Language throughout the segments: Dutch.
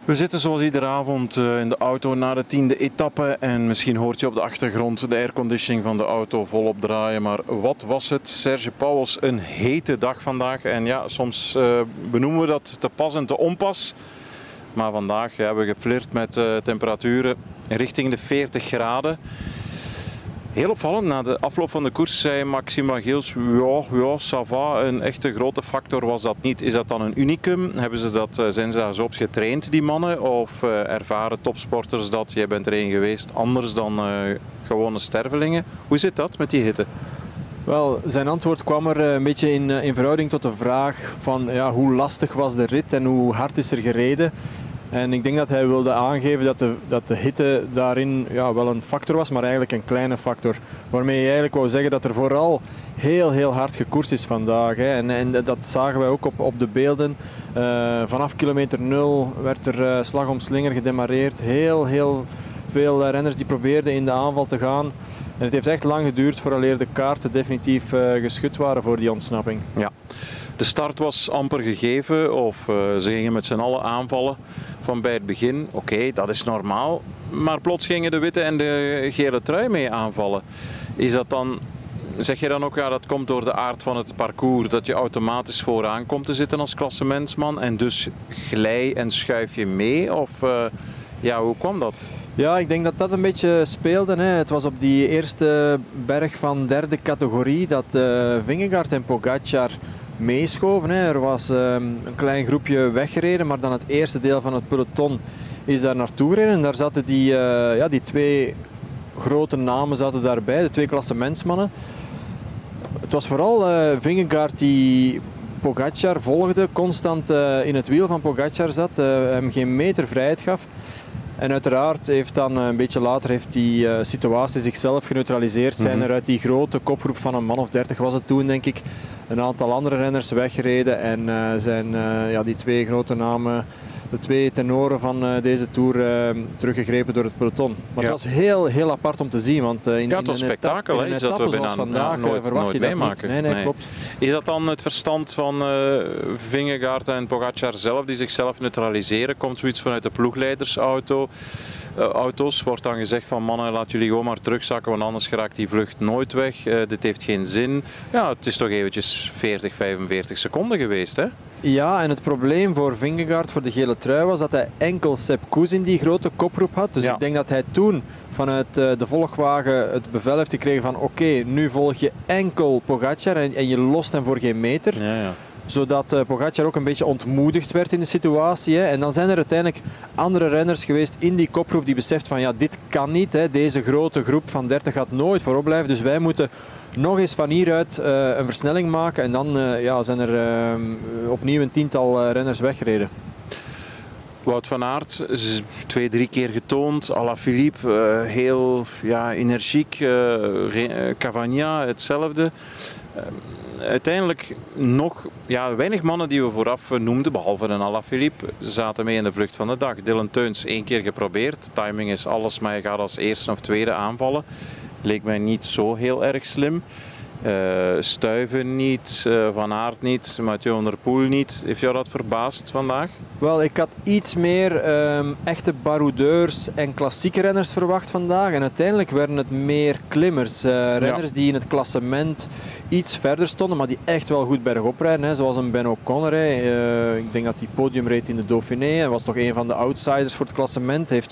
We zitten zoals iedere avond in de auto na de 10e etappe en misschien hoort je op de achtergrond de airconditioning van de auto volop draaien. Maar wat was het, Serge Pauwels, een hete dag vandaag. En ja, soms benoemen we dat te pas en te onpas. Maar vandaag hebben we geflirt met temperaturen richting de 40 graden. Heel opvallend, na de afloop van de koers zei Maxime Lageels, ja, ça va, een echte grote factor was dat niet. Is dat dan een unicum? Zijn ze daar zo op getraind, die mannen? Of ervaren topsporters dat? Jij bent er een geweest, anders dan gewone stervelingen. Hoe zit dat met die hitte? Wel, zijn antwoord kwam er een beetje in verhouding tot de vraag van hoe lastig was de rit en hoe hard is er gereden. En ik denk dat hij wilde aangeven dat de hitte daarin wel een factor was, maar eigenlijk een kleine factor. Waarmee je eigenlijk wou zeggen dat er vooral heel hard gekoerst is vandaag. Hè. En dat zagen wij ook op de beelden. Vanaf kilometer 0 werd er slag om slinger gedemareerd. Heel veel renners die probeerden in de aanval te gaan. En het heeft echt lang geduurd vooraleer de kaarten definitief geschud waren voor die ontsnapping. Ja. De start was amper gegeven of ze gingen met z'n allen aanvallen van bij het begin. Oké, dat is normaal. Maar plots gingen de witte en de gele trui mee aanvallen. Is dat dan, zeg je dan ook, dat komt door de aard van het parcours, dat je automatisch vooraan komt te zitten als klassementsman en dus glij en schuif je mee? Of hoe kwam dat? Ja, ik denk dat dat een beetje speelde. Hè. Het was op die eerste berg van derde categorie dat Vingegaard en Pogačar meeschoven. Hè. Er was een klein groepje weggereden, maar dan het eerste deel van het peloton is daar naartoe gereden. En daar zaten die twee grote namen zaten daarbij, de twee klassementsmannen. Het was vooral Vingegaard die Pogačar volgde, constant in het wiel van Pogačar zat, hem geen meter vrijheid gaf. En uiteraard heeft dan een beetje later die situatie zichzelf geneutraliseerd. Zijn er uit die grote kopgroep van een man of 30 was het toen, denk ik, een aantal andere renners weggereden en zijn die twee grote namen, de twee tenoren van deze Tour, teruggegrepen door het peloton. Maar het was heel apart om te zien, want het was spektakel, in een etappe zoals vandaag verwacht je dat meemaken. niet. Nee, klopt. Is dat dan het verstand van Vingegaard en Pogačar zelf, die zichzelf neutraliseren? Komt zoiets vanuit de ploegleidersauto's? Wordt dan gezegd van mannen, laat jullie gewoon maar terugzakken, want anders geraakt die vlucht nooit weg. Dit heeft geen zin. Ja, het is toch eventjes 40, 45 seconden geweest, hè? Ja, en het probleem voor Vingegaard, voor de gele trui, was dat hij enkel Sepp Kuss in die grote kopgroep had. Dus ik denk dat hij toen vanuit de volgwagen het bevel heeft gekregen van oké, nu volg je enkel Pogačar en je lost hem voor geen meter. Ja. Zodat Pogačar ook een beetje ontmoedigd werd in de situatie. Hè. En dan zijn er uiteindelijk andere renners geweest in die kopgroep die beseft van dit kan niet. Hè. Deze grote groep van 30 gaat nooit voorop blijven. Dus wij moeten nog eens van hieruit een versnelling maken. En dan zijn er opnieuw een tiental renners weggereden. Wout van Aert, 2-3 keer getoond. Alaphilippe, heel energiek. Cavagna, hetzelfde. Uiteindelijk nog weinig mannen die we vooraf noemden, behalve een Alaphilippe, zaten mee in de vlucht van de dag. Dylan Teuns 1 keer geprobeerd. Timing is alles, maar je gaat als eerste of tweede aanvallen. Leek mij niet zo heel erg slim. Stuyven niet, Van Aert niet, Mathieu van der Poel niet. Heeft jou dat verbaasd vandaag? Wel, ik had iets meer echte baroudeurs en klassieke renners verwacht vandaag. En uiteindelijk werden het meer klimmers. Renners die in het klassement iets verder stonden, maar die echt wel goed bergop rijden. Hè. Zoals een Ben O'Connor. Ik denk dat hij podium reed in de Dauphiné. Hij was toch een van de outsiders voor het klassement. Hij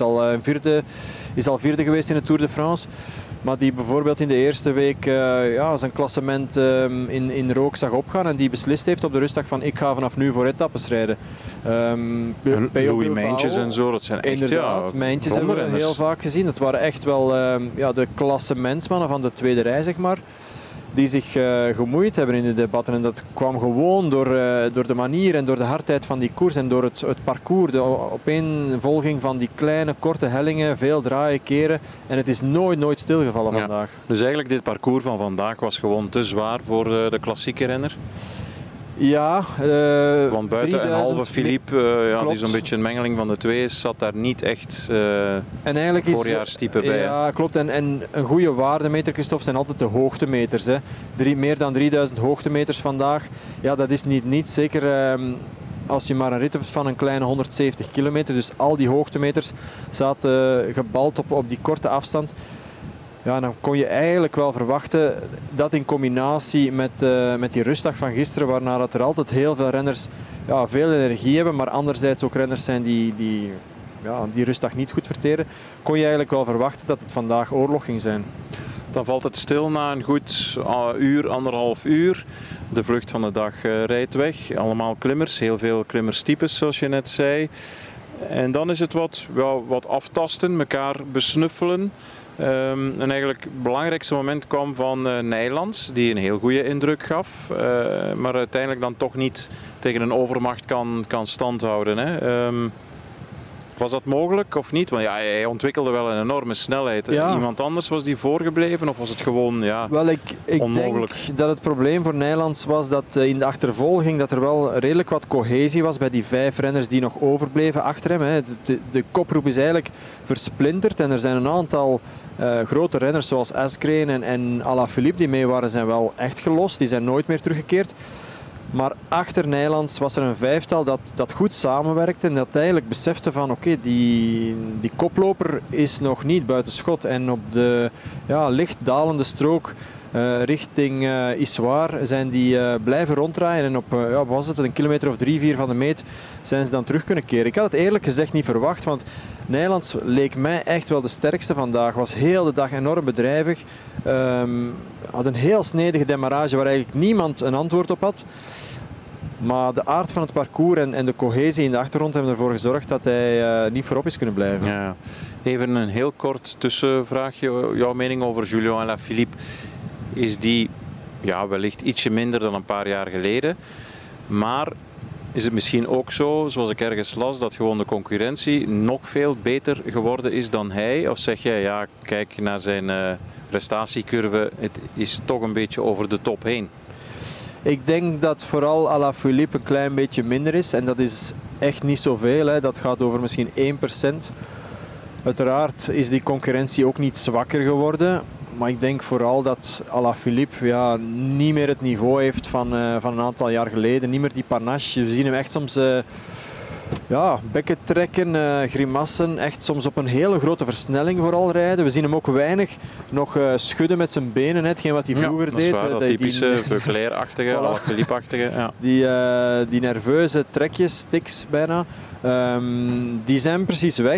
is al vierde geweest in de Tour de France. Maar die bijvoorbeeld in de eerste week zijn klassement in rook zag opgaan en die beslist heeft op de rustdag van ik ga vanaf nu voor etappes rijden. Louis Mijntjes en zo, dat zijn echt inderdaad, Mijntjes hebben we heel vaak gezien. Het waren echt wel de klassementsmannen van de tweede rij, zeg maar, die zich gemoeid hebben in de debatten. En dat kwam gewoon door de manier en door de hardheid van die koers en door het parcours. De opeenvolging van die kleine, korte hellingen, veel draaien, keren. En het is nooit stilgevallen vandaag. Dus eigenlijk dit parcours van vandaag was gewoon te zwaar voor de klassieke renner? Ja. Want buiten een halve Philippe, die zo'n beetje een mengeling van de twee is, zat daar niet echt voorjaarstype bij. Ja, klopt. En een goede waardemeter, Christophe, zijn altijd de hoogtemeters. Hè. Meer dan 3000 hoogtemeters vandaag. Ja, dat is niet niets. Zeker als je maar een rit hebt van een kleine 170 kilometer, dus al die hoogtemeters zaten gebald op die korte afstand. Ja, dan kon je eigenlijk wel verwachten dat in combinatie met die rustdag van gisteren, waarna dat er altijd heel veel renners veel energie hebben, maar anderzijds ook renners zijn die rustdag niet goed verteren, kon je eigenlijk wel verwachten dat het vandaag oorlog ging zijn. Dan valt het stil na een goed uur, 1,5 uur. De vlucht van de dag rijdt weg. Allemaal klimmers, heel veel klimmerstypes zoals je net zei. En dan is het wat aftasten, elkaar besnuffelen. En eigenlijk het belangrijkste moment kwam van Nijlands, die een heel goede indruk gaf. Maar uiteindelijk dan toch niet tegen een overmacht kan standhouden. Hè. Was dat mogelijk of niet? Want ja, hij ontwikkelde wel een enorme snelheid. Ja. Iemand anders was die voorgebleven of was het gewoon ik onmogelijk? Denk dat het probleem voor Nijlands was dat in de achtervolging dat er wel redelijk wat cohesie was bij die 5 renners die nog overbleven achter hem. Hè. De kopgroep is eigenlijk versplinterd en er zijn een aantal grote renners zoals Asgreen en Alaphilippe die mee waren, zijn wel echt gelost. Die zijn nooit meer teruggekeerd. Maar achter Nijlands was er een 5-tal dat goed samenwerkte en dat eigenlijk besefte van oké, die koploper is nog niet buiten schot. En op de licht dalende strook richting Issoire zijn die blijven ronddraaien en op was het een kilometer of 3-4 van de meet zijn ze dan terug kunnen keren. Ik had het eerlijk gezegd niet verwacht, want Nijlands leek mij echt wel de sterkste vandaag. Was heel de dag enorm bedrijvig. Had een heel snedige demarrage waar eigenlijk niemand een antwoord op had. Maar de aard van het parcours en de cohesie in de achtergrond hebben ervoor gezorgd dat hij niet voorop is kunnen blijven. Ja. Even een heel kort tussenvraagje. Jouw mening over Julian Alaphilippe. Is die wellicht ietsje minder dan een paar jaar geleden. Maar is het misschien ook zo, zoals ik ergens las, dat gewoon de concurrentie nog veel beter geworden is dan hij? Of zeg jij, kijk naar zijn prestatiecurve, het is toch een beetje over de top heen? Ik denk dat vooral Alaphilippe een klein beetje minder is. En dat is echt niet zoveel. Hè. Dat gaat over misschien 1%. Uiteraard is die concurrentie ook niet zwakker geworden. Maar ik denk vooral dat Alaphilippe niet meer het niveau heeft van een aantal jaar geleden. Niet meer die panache. We zien hem echt soms bekken trekken, grimassen. Echt soms op een hele grote versnelling vooral rijden. We zien hem ook weinig nog schudden met zijn benen. Hetgeen wat hij vroeger deed. Dat typische Veuclair-achtige, Alaphilippe-achtige. Ja. Die nerveuze trekjes, tics bijna. Die zijn precies weg.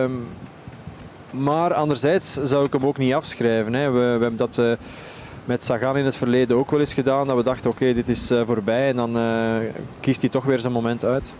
Maar anderzijds zou ik hem ook niet afschrijven. Hè. We hebben dat met Sagan in het verleden ook wel eens gedaan. Dat we dachten, oké, dit is voorbij. En dan kiest hij toch weer zijn moment uit.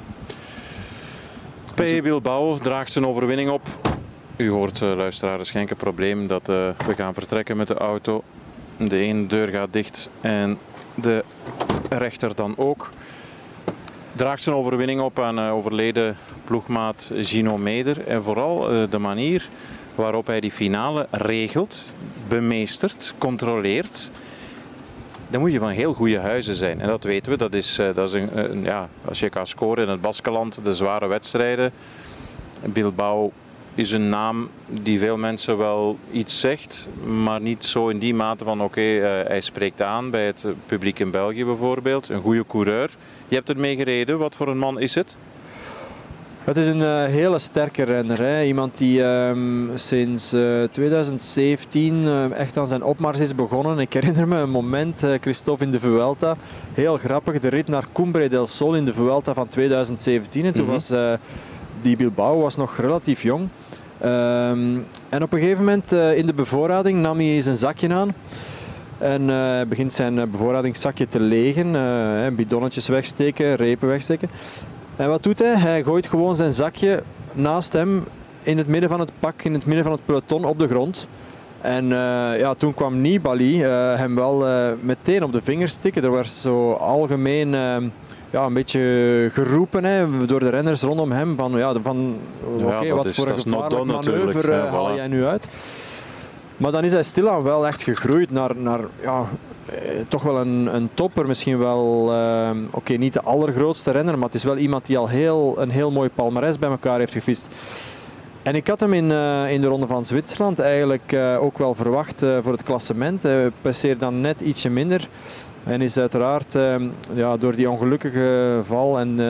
PE Bilbao draagt zijn overwinning op. U hoort, luisteraars, geen probleem dat we gaan vertrekken met de auto. De ene deur gaat dicht en de rechter dan ook. Draagt zijn overwinning op aan overleden ploegmaat Gino Meder. En vooral de manier waarop hij die finale regelt, bemeestert, controleert. Dan moet je van heel goede huizen zijn. En dat weten we. Dat is als je kan scoren in het Baskeland, de zware wedstrijden. Bilbao is een naam die veel mensen wel iets zegt, maar niet zo in die mate van hij spreekt aan bij het publiek in België bijvoorbeeld. Een goede coureur. Je hebt ermee gereden. Wat voor een man is het? Het is een hele sterke renner. Hè. Iemand die sinds 2017 echt aan zijn opmars is begonnen. Ik herinner me een moment, Christophe, in de Vuelta. Heel grappig, de rit naar Cumbre del Sol in de Vuelta van 2017. En toen was die Bilbao was nog relatief jong. En op een gegeven moment in de bevoorrading nam hij zijn zakje aan. En begint zijn bevoorradingszakje te legen. Bidonnetjes wegsteken, repen wegsteken. En wat doet hij? Hij gooit gewoon zijn zakje naast hem in het midden van het pak, in het midden van het peloton op de grond. En toen kwam Nibali hem wel meteen op de vingers tikken. Er was zo algemeen een beetje geroepen door de renners rondom hem. Van wat voor een gevaarlijk manoeuvre haal jij nu uit? Maar dan is hij stilaan wel echt gegroeid naar toch wel een topper. Misschien wel, niet de allergrootste renner, maar het is wel iemand die al een heel mooi palmares bij elkaar heeft gevist. En ik had hem in de Ronde van Zwitserland eigenlijk ook wel verwacht voor het klassement. Hij passeert dan net ietsje minder. En is uiteraard door die ongelukkige val en,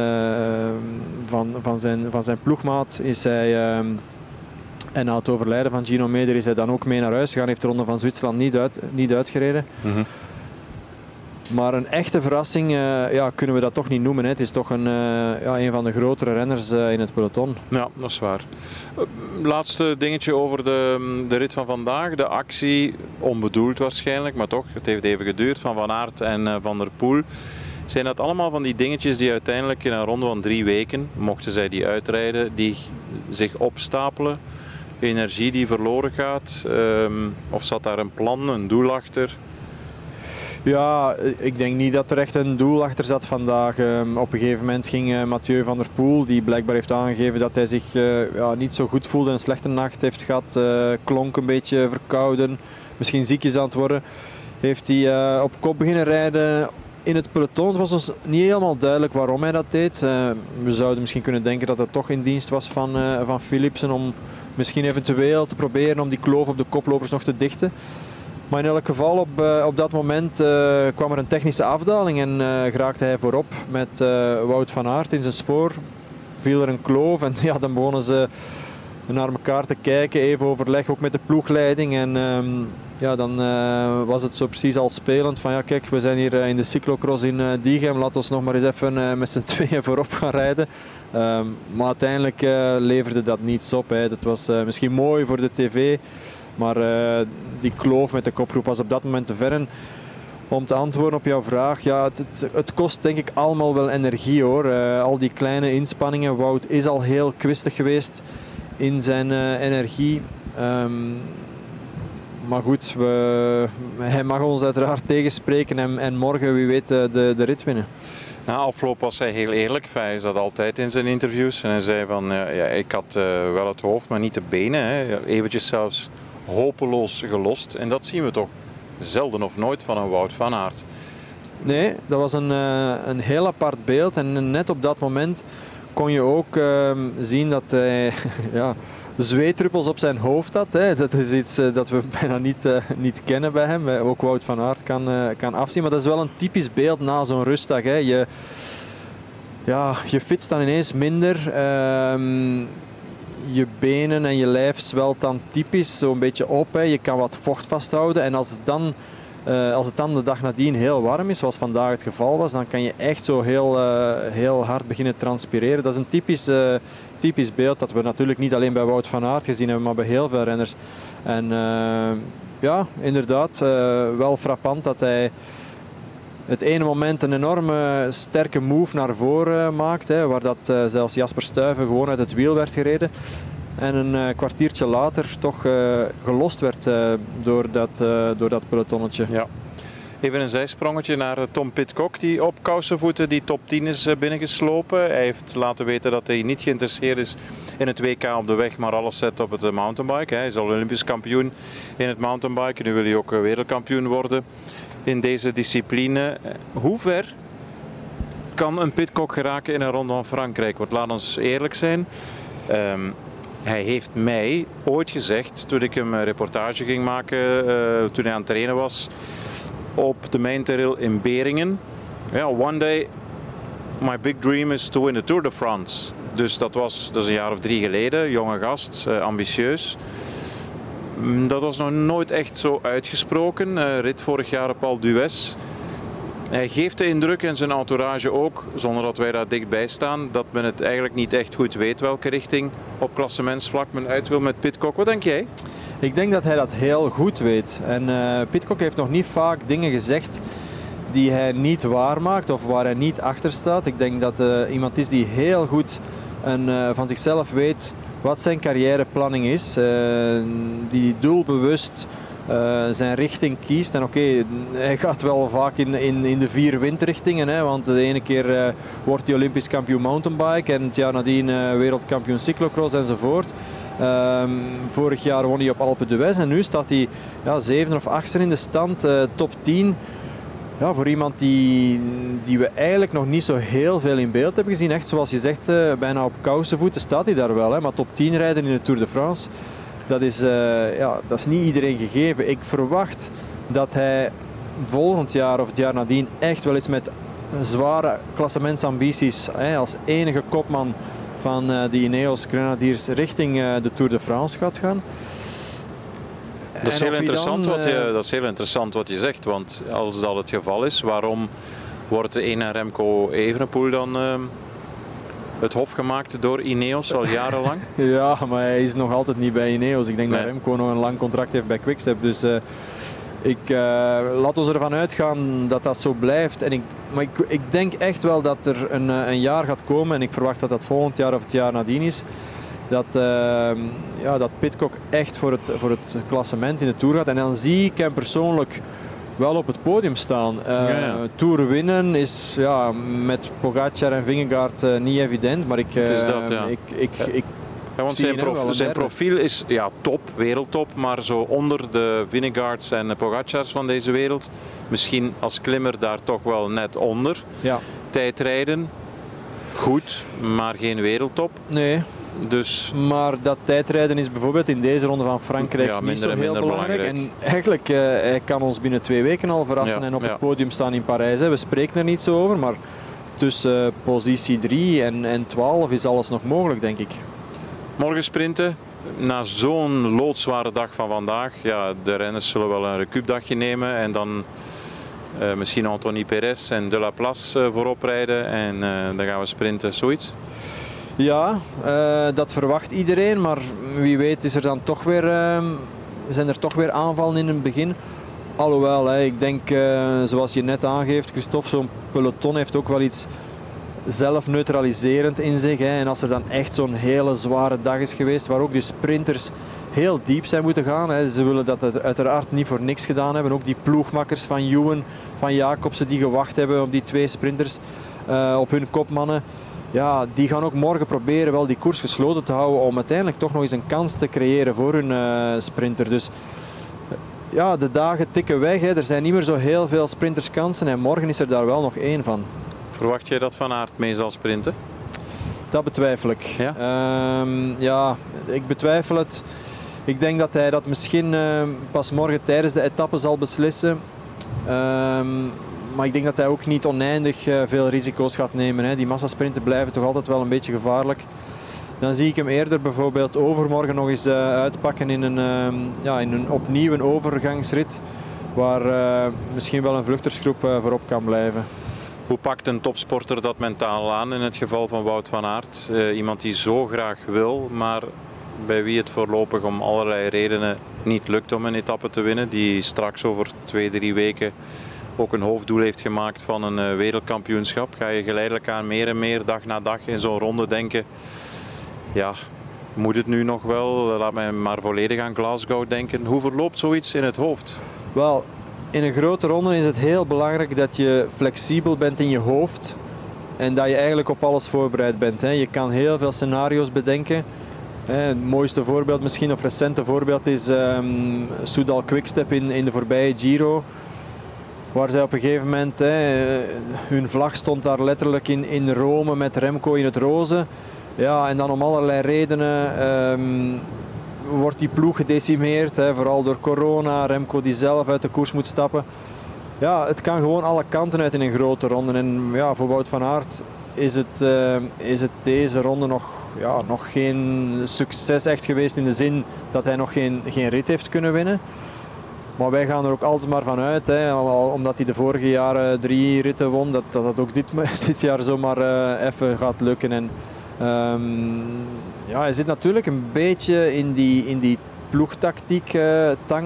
van zijn ploegmaat is hij... en na het overlijden van Gino Meder is hij dan ook mee naar huis gegaan. Hij heeft de Ronde van Zwitserland niet uitgereden. Mm-hmm. Maar een echte verrassing kunnen we dat toch niet noemen. Hè. Het is toch een van de grotere renners in het peloton. Ja, dat is waar. Laatste dingetje over de rit van vandaag. De actie, onbedoeld waarschijnlijk, maar toch, het heeft even geduurd, van Van Aert en Van der Poel. Zijn dat allemaal van die dingetjes die uiteindelijk in een ronde van 3 weken, mochten zij die uitrijden, die zich opstapelen? Energie die verloren gaat? Of zat daar een plan, een doel achter? Ja, ik denk niet dat er echt een doel achter zat vandaag. Op een gegeven moment ging Mathieu van der Poel, die blijkbaar heeft aangegeven dat hij zich niet zo goed voelde, een slechte nacht heeft gehad, klonk een beetje verkouden, misschien ziekjes aan het worden. Heeft hij op kop beginnen rijden in het peloton. Het was ons niet helemaal duidelijk waarom hij dat deed. We zouden misschien kunnen denken dat het toch in dienst was van Philipsen om misschien eventueel te proberen om die kloof op de koplopers nog te dichten. Maar in elk geval op dat moment kwam er een technische afdaling en geraakte hij voorop met Wout van Aert in zijn spoor. Viel er een kloof en dan begonnen ze naar elkaar te kijken, even overleg ook met de ploegleiding. En dan was het zo precies al spelend van kijk, we zijn hier in de cyclocross in Diegem, laat ons nog maar eens even met z'n tweeën voorop gaan rijden. Maar uiteindelijk leverde dat niets op. Hè. Dat was misschien mooi voor de tv. Maar die kloof met de kopgroep was op dat moment te ver. En om te antwoorden op jouw vraag, het kost denk ik allemaal wel energie hoor. Al die kleine inspanningen. Wout is al heel kwistig geweest in zijn energie. Maar goed, hij mag ons uiteraard tegenspreken en morgen wie weet de rit winnen. Na afloop was hij heel eerlijk. Hij is dat altijd in zijn interviews. En hij zei van, ik had wel het hoofd, maar niet de benen. Hè. Eventjes zelfs hopeloos gelost. En dat zien we toch zelden of nooit van een Wout van Aert. Nee, dat was een heel apart beeld. En net op dat moment kon je ook zien dat hij zweetdruppels op zijn hoofd had. Hè. Dat is iets dat we bijna niet kennen bij hem. Ook Wout van Aert kan afzien. Maar dat is wel een typisch beeld na zo'n rustdag. Hè. Je fietst dan ineens minder. Je benen en je lijf zwelt dan typisch zo'n beetje op. Hè. Je kan wat vocht vasthouden. En als het dan de dag nadien heel warm is, zoals vandaag het geval was, dan kan je echt zo heel hard beginnen transpireren. Dat is een typisch beeld dat we natuurlijk niet alleen bij Wout van Aert gezien hebben, maar bij heel veel renners. En inderdaad, wel frappant dat hij het ene moment een enorme sterke move naar voren maakt, hè, waar dat zelfs Jasper Stuyven gewoon uit het wiel werd gereden. En een kwartiertje later toch gelost werd door dat pelotonnetje. Ja. Even een zijsprongetje naar Tom Pidcock, die op kousenvoeten die top 10 is binnengeslopen. Hij heeft laten weten dat hij niet geïnteresseerd is in het WK op de weg, maar alles zet op het mountainbike. Hij is al Olympisch kampioen in het mountainbike. Nu wil hij ook wereldkampioen worden in deze discipline. Hoe ver kan een Pidcock geraken in een Ronde van Frankrijk? Want laat ons eerlijk zijn. Hij heeft mij ooit gezegd, toen ik hem een reportage ging maken, toen hij aan het trainen was op de Main Trail in Beringen. One day my big dream is to win the Tour de France. Dus dat is een jaar of 3 geleden, jonge gast, ambitieus. Dat was nog nooit echt zo uitgesproken. Rit vorig jaar op Alpe d'Huez. Hij geeft de indruk en zijn entourage ook, zonder dat wij daar dichtbij staan, dat men het eigenlijk niet echt goed weet welke richting op klassementsvlak men uit wil met Pidcock. Wat denk jij? Ik denk dat hij dat heel goed weet. En Pidcock heeft nog niet vaak dingen gezegd die hij niet waarmaakt of waar hij niet achter staat. Ik denk dat iemand is die heel goed van zichzelf weet wat zijn carrièreplanning is. Die doelbewust zijn richting kiest. En hij gaat wel vaak in de 4 windrichtingen. Hè, want de ene keer wordt hij Olympisch kampioen mountainbike en het jaar nadien wereldkampioen cyclocross enzovoort. Vorig jaar won hij op Alpe d'Huez en nu staat hij 7 of 8 in de stand, top 10. Ja, voor iemand die we eigenlijk nog niet zo heel veel in beeld hebben gezien. Echt zoals je zegt, bijna op kousenvoeten staat hij daar wel. Hè, maar top 10 rijden in de Tour de France. Dat is niet iedereen gegeven. Ik verwacht dat hij volgend jaar of het jaar nadien echt wel eens met zware klassementsambities als enige kopman van de Ineos Grenadiers richting de Tour de France gaat gaan. Dat is heel interessant wat je zegt, want als dat het geval is, waarom wordt de ene Remco Evenepoel dan het hof gemaakt door Ineos al jarenlang? Ja, maar hij is nog altijd niet bij Ineos. Ik denk dat Remco nog een lang contract heeft bij Quickstep. Dus laat ons ervan uitgaan dat dat zo blijft. Maar ik denk echt wel dat er een jaar gaat komen, en ik verwacht dat dat volgend jaar of het jaar nadien is, dat Pidcock echt voor het klassement in de Tour gaat. En dan zie ik hem persoonlijk wel op het podium staan. Tour winnen is met Pogacar en Vingegaard niet evident, maar want zijn profiel is top, wereldtop, maar zo onder de Vingegaards en de Pogacars van deze wereld. Misschien als klimmer daar toch wel net onder. Ja. Tijdrijden, goed, maar geen wereldtop. Nee. Dus... Maar dat tijdrijden is bijvoorbeeld in deze ronde van Frankrijk niet zo heel belangrijk. En eigenlijk, hij kan ons binnen 2 weken al verrassen en op het podium staan in Parijs. We spreken er niet zo over, maar tussen positie 3 en 12 is alles nog mogelijk, denk ik. Morgen sprinten, na zo'n loodzware dag van vandaag. Ja, de renners zullen wel een recuupdagje nemen en dan misschien Anthony Perez en De La Place voorop rijden en dan gaan we sprinten, zoiets. Ja, dat verwacht iedereen, maar wie weet is er dan toch weer, zijn er toch weer aanvallen in het begin. Alhoewel, ik denk, zoals je net aangeeft, Christophe, zo'n peloton heeft ook wel iets zelfneutraliserend in zich. En als er dan echt zo'n hele zware dag is geweest, waar ook de sprinters heel diep zijn moeten gaan. Ze willen dat uiteraard niet voor niks gedaan hebben. Ook die ploegmakkers van Ewan, van Jacobsen, die gewacht hebben op die 2 sprinters, op hun kopmannen. Ja, die gaan ook morgen proberen wel die koers gesloten te houden om uiteindelijk toch nog eens een kans te creëren voor hun sprinter. Dus ja, de dagen tikken weg. Er zijn niet meer zo heel veel sprinterskansen en morgen is er daar wel nog 1 van. Verwacht jij dat Van Aert mee zal sprinten? Dat betwijfel ik. Ja? Ik betwijfel het. Ik denk dat hij dat misschien pas morgen tijdens de etappe zal beslissen. Maar ik denk dat hij ook niet oneindig veel risico's gaat nemen. Die massasprinten blijven toch altijd wel een beetje gevaarlijk. Dan zie ik hem eerder bijvoorbeeld overmorgen nog eens uitpakken in een opnieuw een overgangsrit. Waar misschien wel een vluchtersgroep voorop kan blijven. Hoe pakt een topsporter dat mentaal aan in het geval van Wout van Aert? Iemand die zo graag wil, maar bij wie het voorlopig om allerlei redenen niet lukt om een etappe te winnen. Die straks over 2-3 weken ook een hoofddoel heeft gemaakt van een wereldkampioenschap. Ga je geleidelijk aan meer en meer dag na dag in zo'n ronde denken, ja, moet het nu nog wel? Laat mij maar volledig aan Glasgow denken. Hoe verloopt zoiets in het hoofd? Wel, in een grote ronde is het heel belangrijk dat je flexibel bent in je hoofd en dat je eigenlijk op alles voorbereid bent. Je kan heel veel scenario's bedenken. Het mooiste voorbeeld misschien, of recente voorbeeld, is Soudal Quickstep in de voorbije Giro. Waar zij op een gegeven moment, hun vlag stond daar letterlijk in Rome met Remco in het roze. Ja, en dan om allerlei redenen wordt die ploeg gedecimeerd, vooral door corona, Remco die zelf uit de koers moet stappen. Ja, het kan gewoon alle kanten uit in een grote ronde. En ja, voor Wout van Aert is het deze ronde nog geen succes echt geweest in de zin dat hij nog geen rit heeft kunnen winnen. Maar wij gaan er ook altijd maar van uit, omdat hij de vorige jaren 3 ritten won, dat ook dit jaar zomaar even gaat lukken. En, hij zit natuurlijk een beetje in die ploegtactiek tang.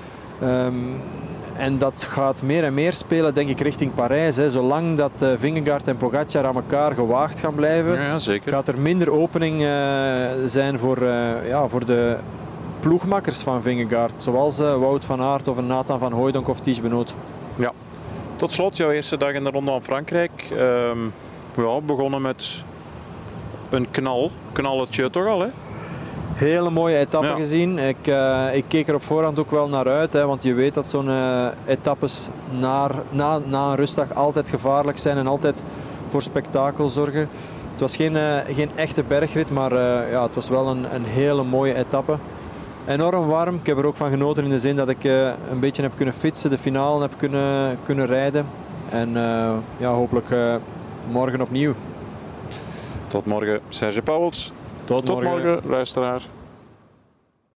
En dat gaat meer en meer spelen, denk ik, richting Parijs. Zolang dat Vingegaard en Pogacar aan elkaar gewaagd gaan blijven, ja, zeker, gaat er minder opening zijn voor de ploegmakkers van Vingegaard. Zoals Wout van Aert of een Nathan van Hooijdonk of Tiesj Benoot. Ja. Tot slot, jouw eerste dag in de Ronde van Frankrijk. Begonnen met een knalletje toch al, hè? Hele mooie etappe gezien. Ik keek er op voorhand ook wel naar uit, want je weet dat zo'n etappes na een rustdag altijd gevaarlijk zijn en altijd voor spektakel zorgen. Het was geen echte bergrit, maar het was wel een hele mooie etappe. enorm warm. Ik heb er ook van genoten in de zin dat ik een beetje heb kunnen fietsen, de finale heb kunnen rijden. En ja, hopelijk morgen opnieuw. Tot morgen, Serge Pauwels. Tot morgen, luisteraar.